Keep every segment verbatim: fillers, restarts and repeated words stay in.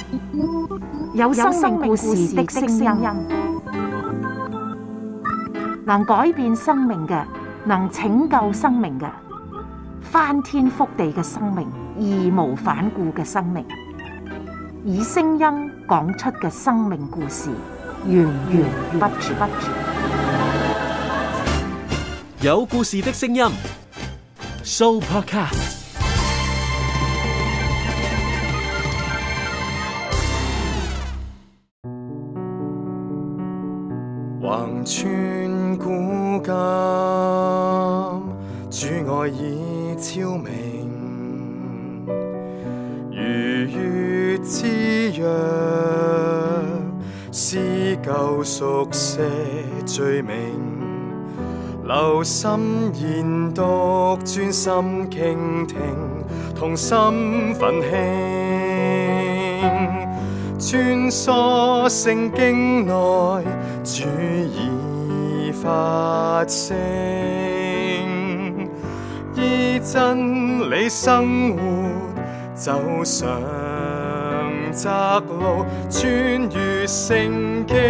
有生命故事的聲音，能改變生命嘅，能拯救生命嘅，翻天覆地嘅生命，義無反顧嘅生命，以聲音講出嘅生命故事，源源不絕。 有故事的聲音 ，Sooo Podcast。 橫穿古今，主愛已超明，如月之約，撕舊熟寫罪名，留心研讀，專心傾聽，同心奮興，穿梭聖經內，主已發聲，依真理生活，走上窄路，穿越聖經。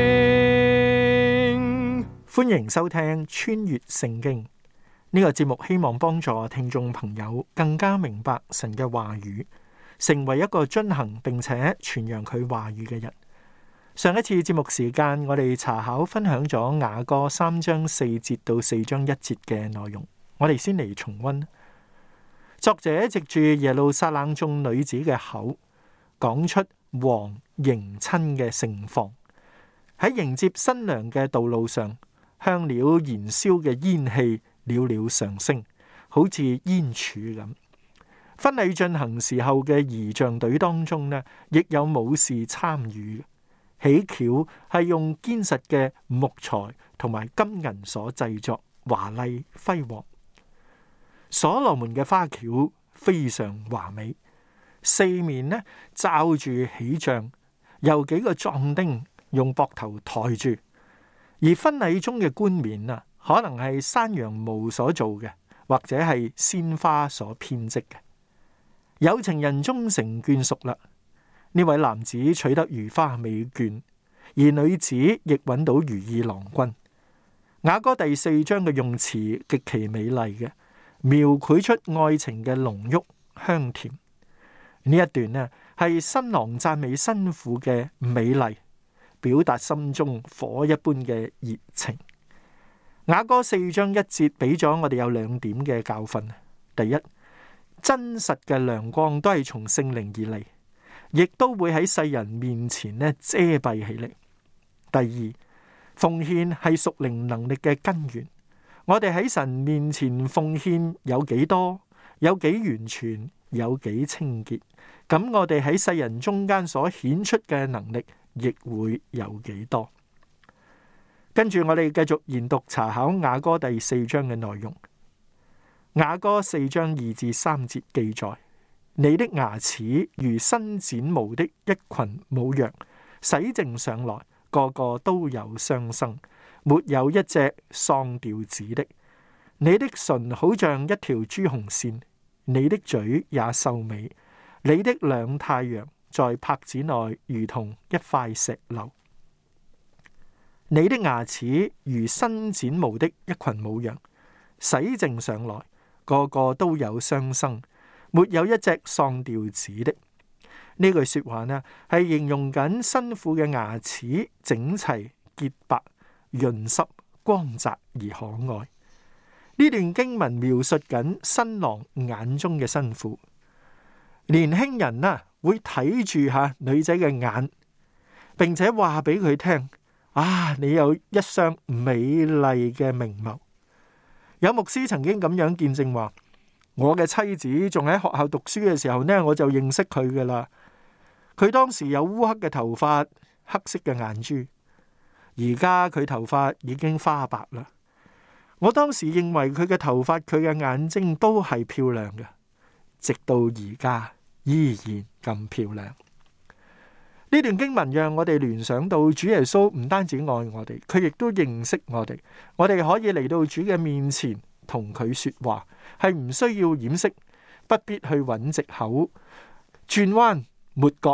歡迎收聽穿越聖經呢個節目，希望幫助聽眾朋友更加明白神嘅話語，成為一個遵行並且傳揚佢話語嘅人。上一次節目時間，我哋查考分享咗雅歌三章四節到四章一節嘅內容，我哋先嚟重溫。作者藉住耶路撒冷眾女子嘅口，講出王迎親嘅盛況。喺迎接新娘嘅道路上，香料燃燒嘅煙氣裊裊上升，好似煙柱咁。婚禮進行時候嘅儀仗隊當中呢，亦有武士參與。喜轎係用堅實嘅木材同埋金銀所製作，華麗輝煌。所羅門嘅花轎非常華美，四面呢罩住喜帳，由幾個壯丁用膊頭抬住。而婚禮中嘅冠冕啊，可能係山羊毛所做嘅，或者係鮮花所編織嘅。有情人終成眷屬啦。呢位男子取得如花美眷，而女子亦揾到如意郎君。雅歌第四章嘅用詞極其美麗嘅，描繪出愛情嘅濃郁香甜。呢一段呢係新郎讚美新婦嘅美麗，表達心中火一般嘅熱情。雅歌四章一節俾咗我哋有兩點嘅教訓。第一，真實嘅亮光都係從聖靈而嚟，亦都會喺世人面前呢遮蔽起嚟。第二，奉獻係屬靈能力嘅根源。我哋喺神面前奉獻有幾多，有幾完全，有幾清潔，咁我哋喺世人中間所顯出嘅能力亦會有幾多。跟住我哋繼續研讀查考雅歌第四章嘅內容。雅歌四章二至三節記載，你的牙齒如新剪毛的一群母羊，洗淨上來，個個都有雙生，沒有一隻喪掉子的。你的唇好像一條朱紅線，你的嘴也秀美，你的兩太陽在帕子內如同一塊石榴。你的牙齒如新剪毛的一群母羊，洗淨上來，個個都有雙生，沒有一隻喪掉子的。呢句說話呢，係形容緊新婦嘅牙齒整齊潔白、潤濕、光澤而可愛。呢段經文描述緊新郎眼中嘅新婦。年輕人啊，會睇住下女仔嘅眼，並且話俾佢聽：啊，你有一雙美麗嘅明眸。有牧師曾經咁樣見證話：我嘅妻子仲喺學校讀書嘅時候呢，我就認識佢噶啦。佢當時有烏黑嘅頭髮、黑色嘅眼珠，而家佢頭髮已經花白啦。我當時認為佢嘅頭髮、佢嘅眼睛都係漂亮嘅，直到而家依然咁漂亮。呢段經文讓我哋聯想到主耶穌唔單止愛我哋，佢亦都認識我哋。我哋可以嚟到主嘅面前同佢說話，係唔需要掩飾，不必去揾藉口、轉彎抹角、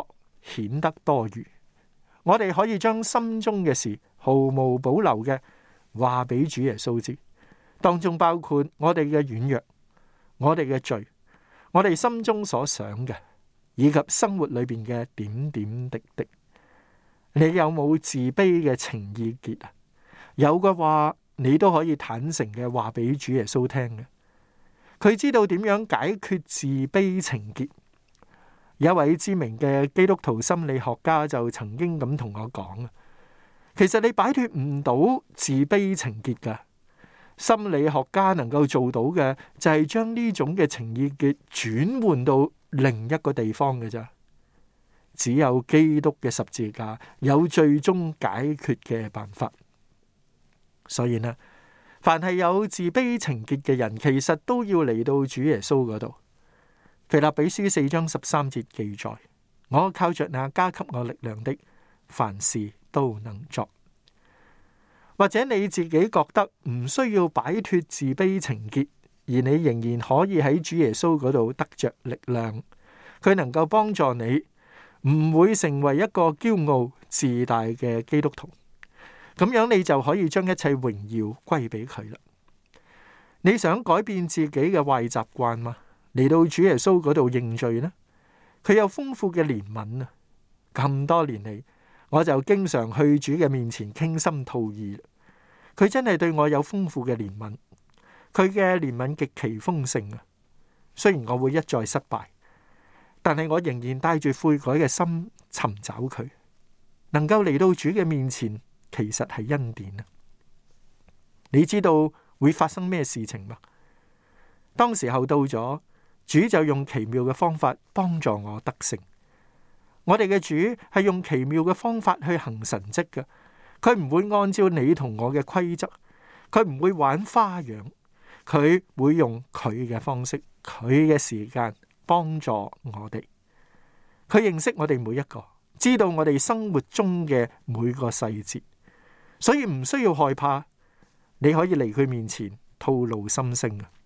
顯得多餘。我哋可以將心中嘅事毫無保留嘅話俾主耶穌知，當中包括我哋嘅軟弱、我哋嘅罪、我哋心中所想嘅，以及生活裏邊嘅點點滴滴。你有冇自卑嘅情意結啊？有嘅話，你都可以坦誠嘅話俾主耶穌聽嘅。佢知道點樣解決自卑情結。有一位知名嘅基督徒心理學家就曾經咁同我講啊，其實你擺脫唔到自卑情結噶。心理學家能夠做到嘅就係將呢種嘅情意結轉換到另一個地方嘅咋。只有基督嘅十字架有最終解決嘅辦法。所以呢，凡係有自卑情結嘅人，其實都要嚟到主耶穌嗰度。腓立比書四章十三節記載：我靠着那加給我力量的，凡事都能作。或者你自己覺得唔需要擺脫自卑情結，而你仍然可以喺主耶穌嗰度得着力量，佢能夠幫助你，唔會成為一個驕傲自大嘅基督徒。咁樣你就可以將一切榮耀歸俾佢啦。你想改變自己嘅壞習慣嗎？嚟到主耶穌嗰度認罪呢？佢有豐富嘅憐憫啊！咁多年嚟，我就經常去主嘅面前傾心吐意。佢真係對我有豐富嘅憐憫，佢嘅憐憫極其豐盛啊！雖然我會一再失敗，但係我仍然帶住悔改嘅心尋找佢。能夠嚟到主嘅面前，其實係恩典啊！你知道會發生咩事情嗎？當時候到咗，主就用奇妙嘅方法幫助我得勝。我哋嘅主係用奇妙嘅方法去行神蹟嘅，佢唔會按照你同我嘅規則，佢唔會玩花樣，佢會用佢嘅方式、佢嘅時間幫助我哋。佢認識我哋每一個，知道我哋生活中嘅每個細節，所以唔需要害怕。你可以嚟佢面前吐露心聲啊！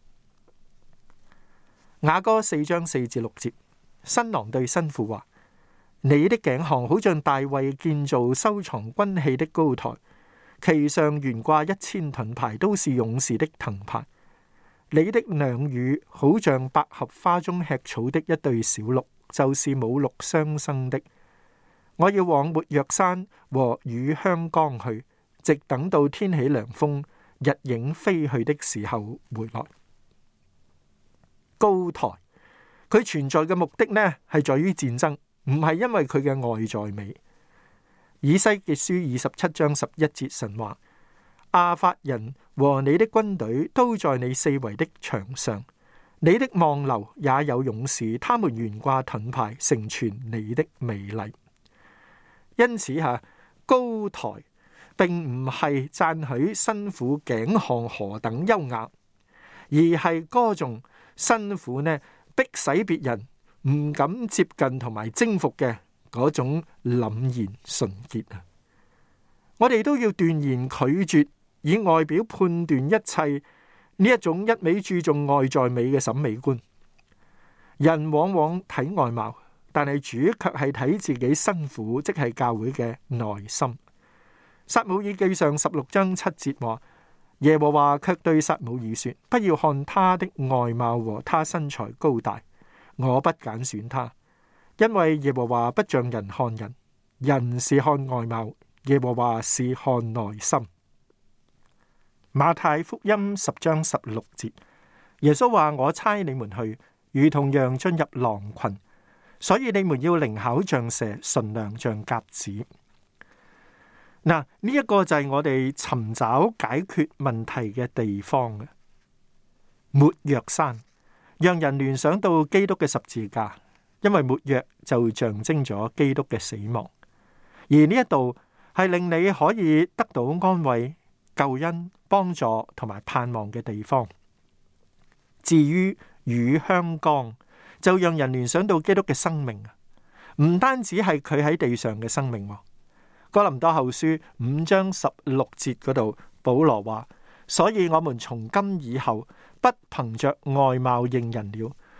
雅歌四章四至六節，新郎對新婦話：你的頸項好像大衛建造收藏軍器的高台，其上懸掛一千盾牌，都是勇士的藤牌。你的兩乳好像百合花中吃草的一對小鹿，就是母鹿相生的。我要往沒藥山和乳香岡去，直等到天起涼風，日影飛去的時候回來。高台，佢存在嘅目的呢，係在於戰爭，唔係因為佢嘅外在美。以西結書二十七章十一節神話：亞法人和你的軍隊都在你四圍的牆上，你的望樓也有勇士，他們懸掛盾牌，成全你的美麗。因此吓，高台並唔係讚許新婦頸項何等優雅，而係歌頌新婦呢，逼使別人唔敢接近同埋征服嘅嗰種凜然純潔啊！我哋都要斷然拒絕以外表判斷一切呢一種一味注重外在美嘅審美觀。人往往睇外貌，但係主卻係睇自己新婦，即係教會嘅內心。撒母耳記上十六章七節話：耶和華卻對撒母耳說：不要看他的外貌和他身材高大，我不揀選他，因為耶和華不像人看人，人是看外貌，耶和華是看內心。馬太福音十章十六節，耶穌話：我差你們去，如同羊進入狼群，所以你們要靈巧像蛇，純良像鴿子。嗱，呢一個就係我哋尋找解決問題嘅地方嘅。沒藥山讓人聯想到基督嘅十字架，因為沒藥就象徵咗基督嘅死亡。而呢一度係令你可以得到安慰、救恩、幫助同埋盼望嘅地方。至於乳香岡，就讓人聯想到基督嘅生命，唔單止係佢喺地上嘅生命。哥林多後書五章十六節嗰度，保羅話：所以我們從今以後不憑着外貌認人了，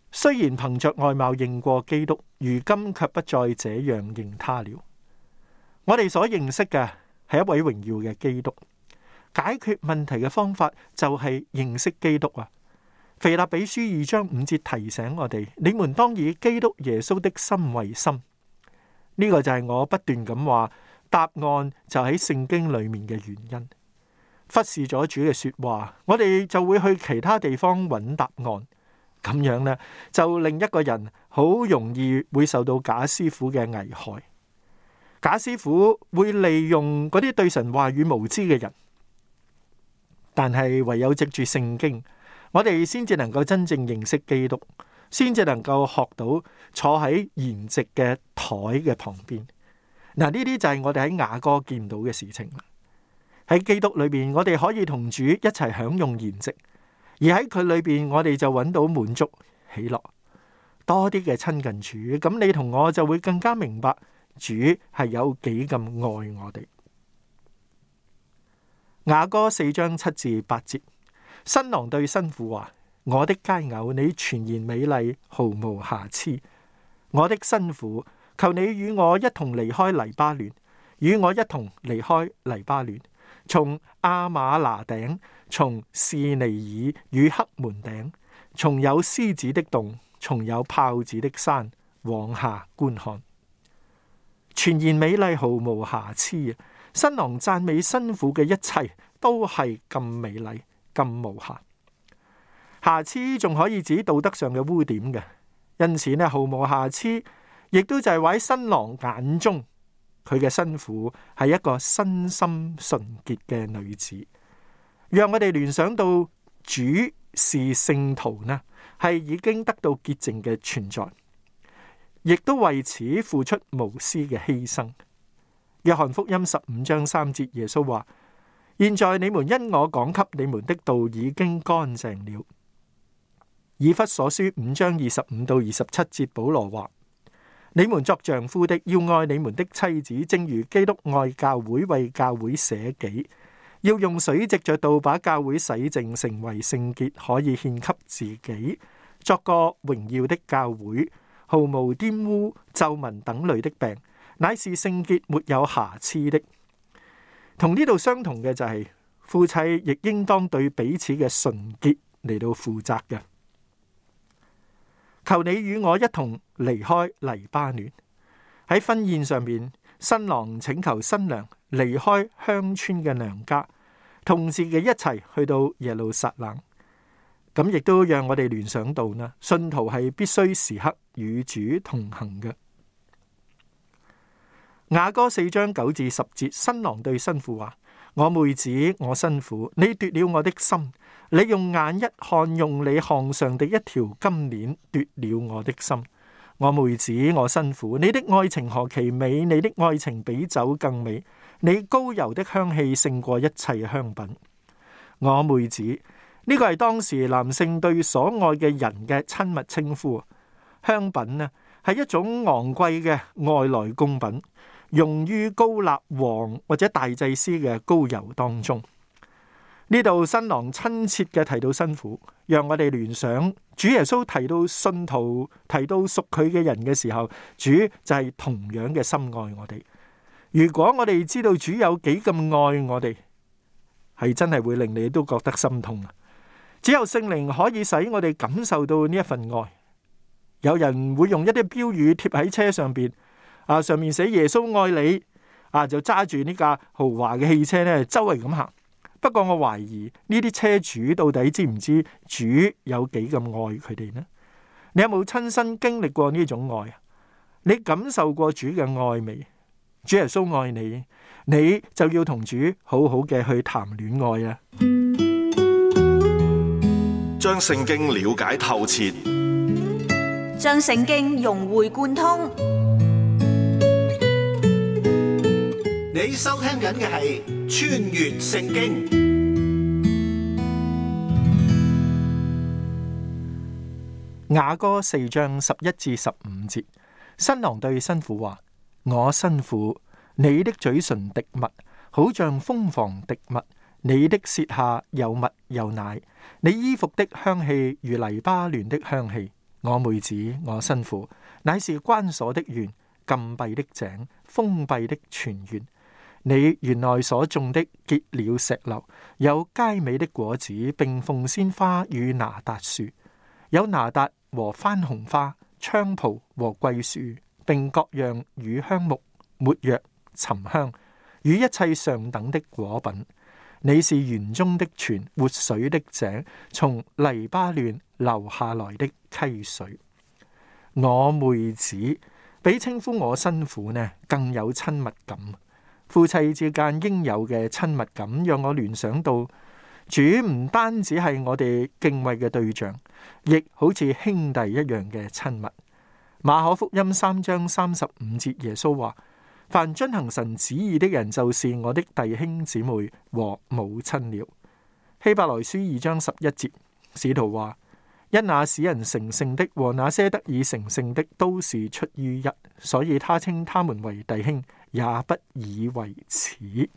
雖然憑着外貌認過基督，如今卻不再這樣認他了。我哋所認識嘅係一位榮耀嘅基督，解決問題嘅方法就係認識基督啊。腓立比書二章五節提醒我哋：你們當以基督耶穌的心為心。呢、這個就係我不斷咁話，答案就喺聖經裏面嘅原因。忽視咗主嘅說話，我哋就會去其他地方揾答案。咁樣呢，就令一個人好容易會受到假師傅嘅危害。假師傅會利用嗰啲對神話語無知嘅人，但係唯有藉住聖經，我哋先至能夠真正認識基督，先至能夠學到坐喺筵席嘅台嘅旁邊。嗱，呢啲就係我哋喺雅歌見到嘅事情啦。喺基督裏邊，我哋可以同主一齊享用筵席。而喺佢裏邊，我哋就揾到滿足喜樂，多啲嘅親近主，咁你同我就會更加明白主係有幾咁愛我哋。雅歌四章七至八節，新郎對新婦話：我的佳偶，你全然美麗，毫無瑕疵。我的新婦，求你與我一同離開黎巴嫩，與我一同離開黎巴嫩，從亞瑪拿頂，從士尼爾與黑門頂，從有獅子的洞，從有豹子的山往下觀看，全然美麗，毫無瑕疵。新郎讚美新婦嘅一切都係咁美麗，咁無瑕。瑕疵仲可以指道德上嘅污點嘅，因此呢，毫無瑕疵亦都就係話喺新郎眼中，佢嘅新婦係一個身心純潔嘅女子。讓我哋聯想到主是聖徒呢，係已經得到潔淨嘅存在，亦都為此付出無私嘅犧牲。約翰福音十五章三節，耶穌話：現在你們因我講給你們的道已經乾淨了。以弗所書五章二十五到二十七節，保羅話：你們作丈夫的要愛你們的妻子，正如基督愛教會，為教會捨己。要用水藉着道把教會洗淨，成為聖潔，可以獻給自己，作個榮耀的教會，毫無玷污、皺紋等類的病，乃是聖潔沒有瑕疵的。同呢度相同嘅就係、是、夫妻亦應當對彼此嘅純潔嚟到負責嘅。求你與我一同離開黎巴嫩。喺婚宴上面，新郎請求新娘離開鄉村嘅娘家，同自己一齊去到耶路撒冷。咁亦都讓我哋聯想到呢，信徒係必須時刻與主同行嘅。雅歌四章九至十節，新郎對新婦話：我妹子，我新婦，你奪了我的心，你用眼一看，用你項上的一條金鏈奪了我的心。我妹子，我新婦，你的愛情何其美，你的愛情比酒更美，你膏油的香氣勝過一切香品。我妹子，呢個係當時男性對所愛嘅人嘅親密稱呼。香品呢，係一種昂貴嘅外來供品，用於膏立王或者大祭司嘅膏油當中。呢度新郎親切嘅提到新婦，讓我哋聯想主耶穌提到信徒，提到屬佢嘅人嘅時候，主就係同樣嘅深愛我哋。如果我哋知道主有幾咁愛我哋，係真係會令你都覺得心痛啊！只有聖靈可以使我哋感受到呢一份愛。有人會用一啲標語貼喺車上邊，啊，上面寫耶穌愛你，啊，就揸住呢架豪華嘅汽車咧，周圍咁行。不過我懷疑呢啲車主到底知唔知主有幾咁愛佢哋呢？你有冇親身經歷過呢種愛啊？你感受過主嘅愛未？主耶穌愛你，你就要同主好好嘅去談戀愛啊！ 將聖經了解透徹， 將聖經融會貫通。 你收聽緊嘅係《穿越聖經》。 雅歌四章十一至十五節，新郎對新婦話：我新婦，你的嘴唇滴蜜，好像蜂房滴蜜；你的舌下有蜜有奶，你衣服的香氣如黎巴嫩的香氣。 我妹子，我新婦，乃是關鎖的園、禁閉的井、封閉的泉源。你園內所種的結了石榴，有佳美的果子，並鳳仙花與拿達樹，有拿達和番紅花、菖蒲和桂樹，並各樣乳香木、沒藥、沉香與一切上等的果品。你是園中的泉，活水的井，從黎巴嫩流下來的溪水。我妹子，比稱呼我新婦呢更有親密感。夫妻之間應有嘅親密感，讓我聯想到主唔單止係我哋敬畏嘅對象，亦好似兄弟一樣嘅親密。馬可福音三章三十五節，耶穌話：凡遵行神旨意的人，就是我的弟兄姊妹和母親了。希伯來書二章十一節，使徒話：因那使人成聖的和那些得以成聖的，都是出於一，所以他稱他們為弟兄，也不以為恥。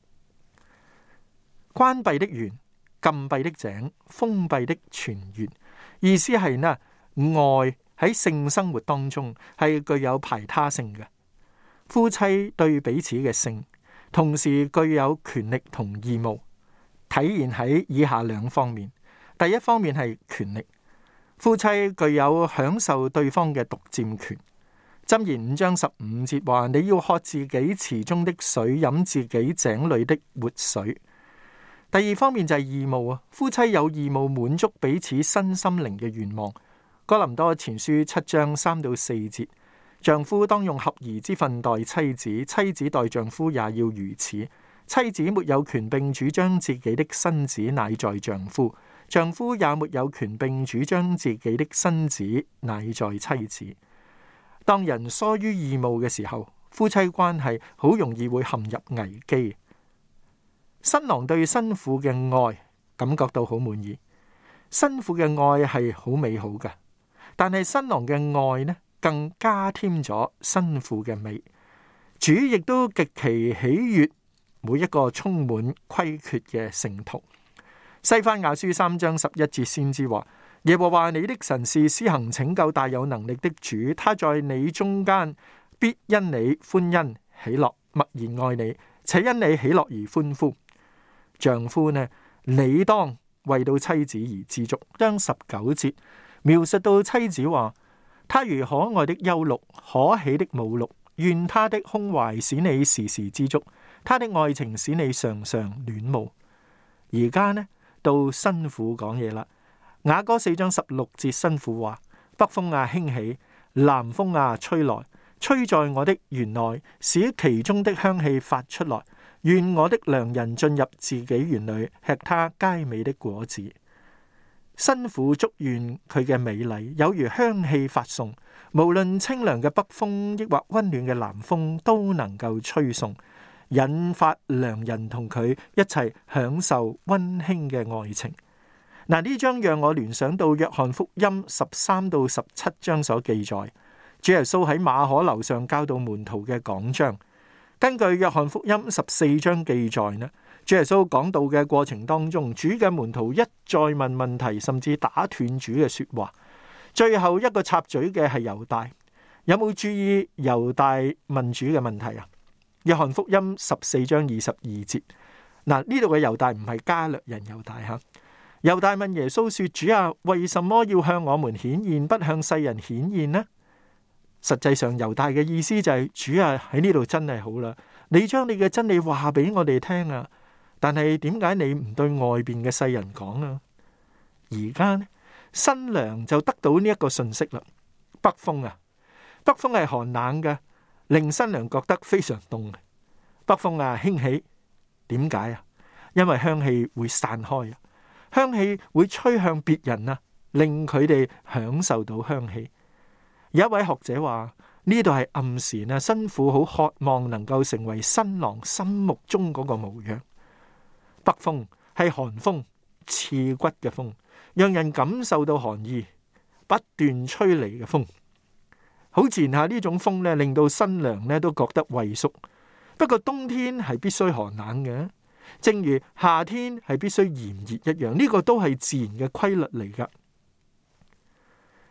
關閉的園、禁閉的井、封閉的泉源，意思係呢，愛喺性生活當中係具有排他性嘅。夫妻對彼此嘅性，同時具有權力同義務，體現喺以下兩方面。第一方面係權力，夫妻具有享受對方嘅獨佔權。箴言五章十五節話：你要喝自己池中的水，飲自己井裏的活水。第二方面就係義務啊，夫妻有義務滿足彼此身心靈嘅願望。哥林多前書七章三到四節。丈夫當用合宜之分待妻子，妻子待丈夫也要如此。妻子沒有權並主張自己的身子乃在丈夫，丈夫也沒有權並主張自己的身子乃在妻子。當人疏於義務嘅時候，夫妻關係好容易會陷入危機。新郎對新婦嘅愛感覺到好滿意，新婦嘅愛係好美好嘅，但係新郎嘅愛呢，更加添咗新婦嘅美。主亦都極其喜悅每一個充滿虧缺嘅聖徒。西番雅書三章十一節先知話：耶和華你的神是施行拯救大有能力的主，他在你中間必因你歡欣喜樂，默然愛你，且因你喜樂而歡呼。丈夫呢，你當為到妻子而知足。章十九節描述到妻子話：他如可愛的幼鹿，可喜的母鹿，願他的胸懷使你時時知足，他的愛情使你常常戀慕。而家呢，到新婦講嘢啦。雅歌四章十六節，新婦話：北風啊興起，南風啊吹來，吹在我的園內，使其中的香氣發出來。願我的良人進入自己園裏，吃他佳美的果子。新婦祝願佢嘅美麗有如香氣發送，無論清涼嘅北風抑或溫暖嘅南風都能夠吹送，引發良人同佢一齊享受溫馨嘅愛情。嗱，呢章讓我聯想到約翰福音十三到十七章所記載，主耶穌喺馬可樓上教導門徒嘅講章。根據約翰福音十四章記載呢，主耶穌講道嘅過程當中，主嘅門徒一再問問題，甚至打斷主嘅說話。最後一個插嘴嘅係猶大，有冇注意猶大問主嘅問題啊？約翰福音十四章二十二節，嗱，呢度嘅猶大唔係加略人猶大吓。猶大問耶穌說：主啊，為什麼要向我們顯現，不向世人顯現呢？實際上猶大嘅意思就係：主啊，喺呢度真係好啦，你將你嘅真理話俾我哋聽啊，但係點解你唔對外邊嘅世人講啊？而家呢，新娘就得到呢一個信息啦。北風啊，北風係寒冷嘅，令新娘覺得非常凍。北風啊興起，點解啊？因為香氣會散開啊，香氣會吹向別人啊，令佢哋享受到香氣。有一位學者話，呢度係暗示呢，新婦好渴望能夠成為新郎心目中嗰個模樣。北風係寒風，刺骨嘅風，讓人感受到寒意，不斷吹嚟嘅風。好自然下呢種風呢，令到新娘呢都覺得畏縮。不過冬天係必須寒冷嘅，正如夏天係必須炎熱一樣，呢個都係自然嘅規律嚟噶。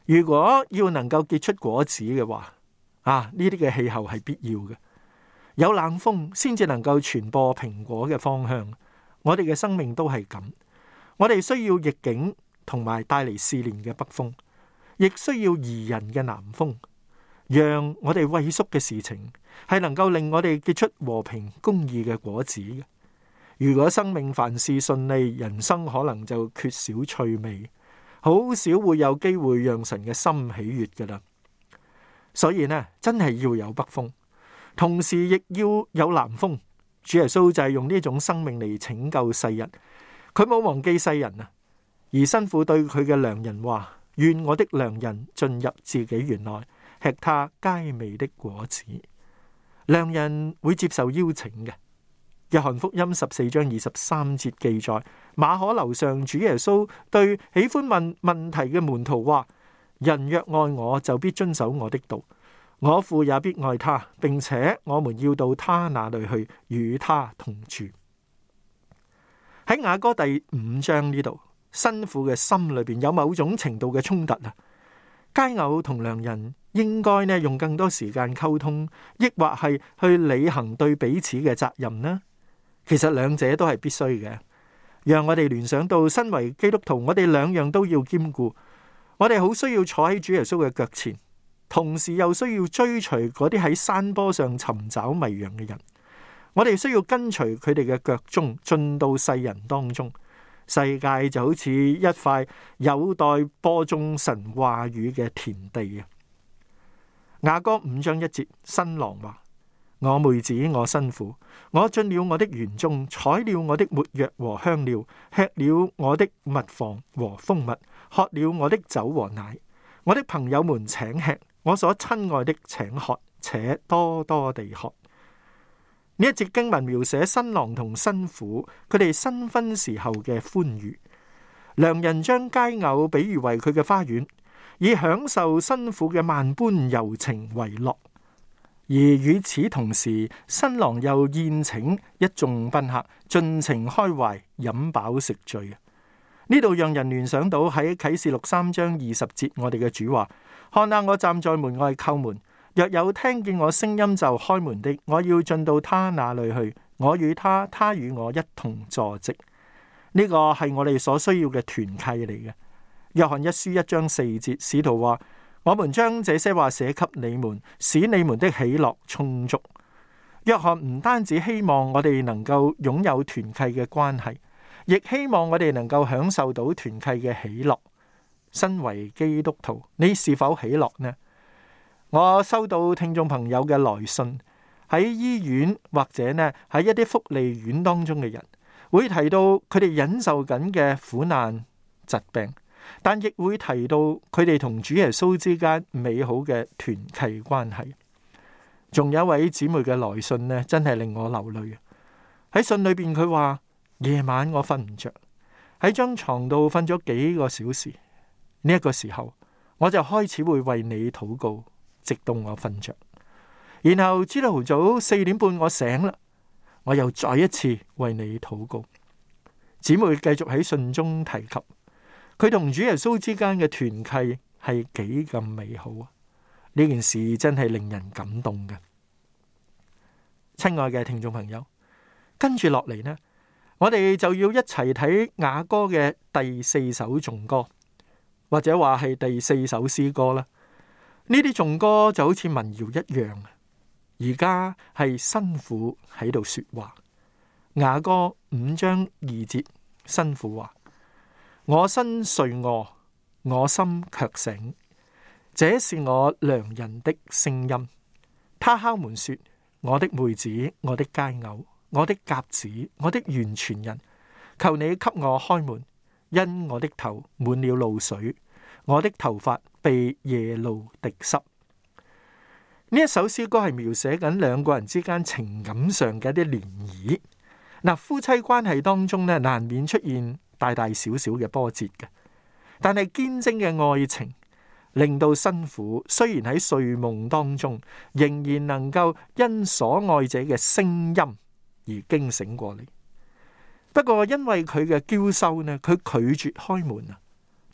如果要能夠結出果子嘅話，啊，呢啲嘅氣候係必要嘅。有冷風先至能夠傳播蘋果嘅芳香。我哋嘅生命都係咁，我哋需要逆境同埋帶嚟試煉嘅北風，亦需要宜人嘅南風，讓我哋畏縮嘅事情係能夠令我哋結出和平公義嘅果子嘅。如果生命凡事順利，人生可能就缺少趣味，好少會有機會讓神嘅心喜悅噶啦。所以呢，真係要有北風，同時亦要有南風。主耶穌就係用呢種生命嚟拯救世人，佢冇忘記世人啊。而新婦對佢嘅良人話：願我的良人進入自己園內，吃他佳美的果子。良人會接受邀請嘅。約翰福音十四章二十三節記載，馬可樓上主耶穌對喜歡問問題嘅門徒話：人若愛我，就必遵守我的道。我父也必愛他，並且我們要到他那裏去，與他同住。喺雅歌第五章呢度，新婦嘅心裏邊有某種程度嘅衝突啊。佳偶同良人應該呢用更多時間溝通，抑或係去履行對彼此嘅責任呢？其實兩者都係必須嘅。讓我哋聯想到身為基督徒，我哋兩樣都要兼顧。我哋好需要坐喺主耶穌嘅腳前，同時又需要追隨嗰啲喺山坡上尋找迷羊嘅人。我哋需要跟隨佢哋嘅腳蹤，進到世人當中。世界就好似一塊有待播種神話語嘅田地啊！雅歌五章一節，新郎話：我妹子，我新婦，我進了我的園中，採了我的沒藥和香料，吃了我的蜜房和蜂蜜，喝了我的酒和奶。我的朋友們請吃，我所親愛的請喝，且多多地喝。呢一節經文描寫新郎同新婦佢哋新婚時候嘅歡愉。良人將佳偶比喻為佢嘅花園，以享受新婦嘅萬般柔情為樂。而與此同時，新郎又宴請一眾賓客，盡情開懷，飲飽食醉。呢度讓人聯想到喺啟示錄三章二十節，我哋嘅主話：看啊，我站在門外叩門，若有聽見我聲音就開門的，我要進到他那裏去，我與他，他與我一同坐席。呢個係我哋所需要嘅團契嚟嘅。約翰一書一章四節，使徒話：我們將這些話寫給你們，使你們的喜樂充足。約翰唔單止希望我哋能夠擁有團契嘅關係，亦希望我哋能夠享受到團契嘅喜樂。身為基督徒，你是否喜樂呢？我收到聽眾朋友嘅來信，喺醫院或者呢喺一啲福利院當中嘅人，會提到佢哋忍受緊嘅苦難、疾病，但亦會提到佢哋同主耶穌之間美好嘅團契關係。仲有一位姊妹嘅來信呢，真係令我流淚。喺信裏邊佢話：夜晚我瞓唔着，喺張床度瞓咗幾個小時。呢一個時候，我就開始會為你禱告，直到我瞓着。然後朝頭早四點半我醒啦，我又再一次為你禱告。姊妹繼續喺信中提及，佢同主耶穌之間嘅團契係幾咁美好啊！呢件事真係令人感動嘅。親愛嘅聽眾朋友，跟住落嚟呢，我哋就要一齊睇雅歌嘅第四首頌歌，或者話係第四首詩歌啦。呢啲頌歌就好似民謠一樣，而家係新婦喺度說話。雅歌五章二節，新婦話：我身睡臥，我心卻醒，這是我良人的聲音。他敲門說：我的妹子，我的佳偶，我的鴿子，我的完全人，求你給我開門，因我的頭滿了露水，我的頭髮被夜露滴濕。呢一首詩歌係描寫緊兩個人之間情感上嘅一啲漣漪。嗱，夫妻關係當中咧，難免出現大大小小嘅波折嘅，但係堅貞嘅愛情令到新婦雖然喺睡夢當中，仍然能夠因所愛者嘅聲音而驚醒過嚟。不過因為佢嘅嬌羞呢，佢拒絕開門啊。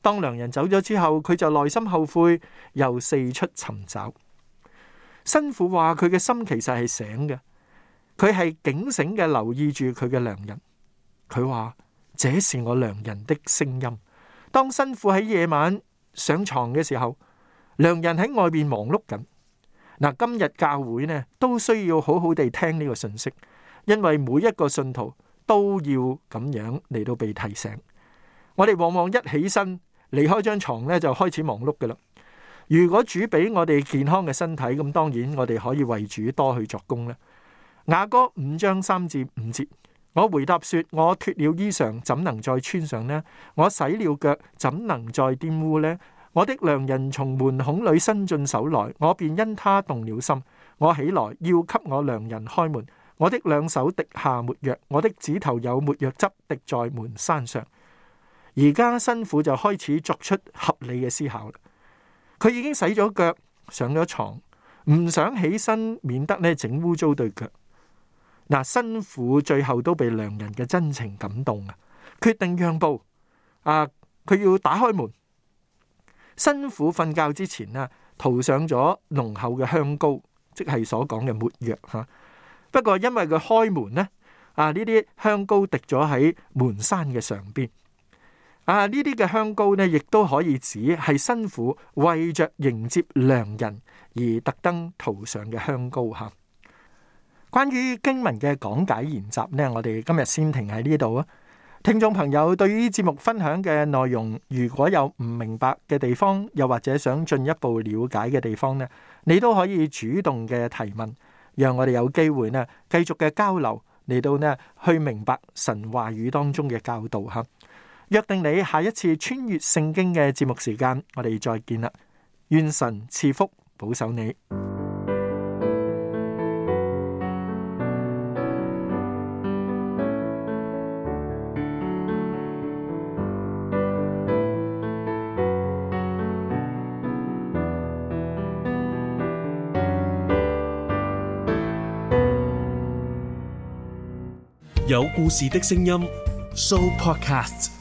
當良人走咗之後，佢就內心後悔，又四出尋找。新婦話佢嘅心其實係醒嘅，佢係警醒嘅留意住佢嘅良人。佢話這是我良人的聲音。當新婦喺夜晚上床嘅時候，良人喺外面忙碌緊。嗱，今日教會呢都需要好好地聽呢個信息，因為每一個信徒都要咁樣嚟到被提醒。我哋往往一起身離開張床咧，就開始忙碌噶啦。如果主俾我哋健康嘅身體，咁當然我哋可以為主多去作工啦。雅歌五章三至五節，我回答說：我脫了衣裳，怎能再穿上呢？我洗了腳，怎能再玷污呢？我的良人從門孔裏伸進手來，我便因他動了心。我起來要給我良人開門，我的兩手滴下沒藥，我的指頭有沒藥汁滴在門閂上。而家新婦就開始作出合理嘅思考啦。佢已經洗咗腳，上咗床，唔想起身，免得呢整污糟對腳。嗱，新婦最後都被良人嘅真情感動啊，決定讓步。啊，佢要打開門。新婦瞓覺之前呢，塗上咗濃厚嘅香膏，即係所講嘅沒藥吓。不過因為佢開門呢，啊呢啲香膏滴咗喺門閂嘅上邊。啊呢啲嘅香膏呢，亦都可以指係新婦為着迎接良人而特登塗上嘅香膏吓。關於經文嘅講解研習呢，我哋今日先停喺呢度啊。聽眾朋友對於節目分享嘅內容，如果有唔明白嘅地方，又或者想進一步了解嘅地方呢，你都可以主動嘅提問，讓我哋有機會呢繼續嘅交流，嚟到呢去明白神話語當中嘅教導哈。約定你下一次穿越聖經嘅節目時間，我哋再見啦。願神賜福保守你。 有故事的聲音 Show Podcast。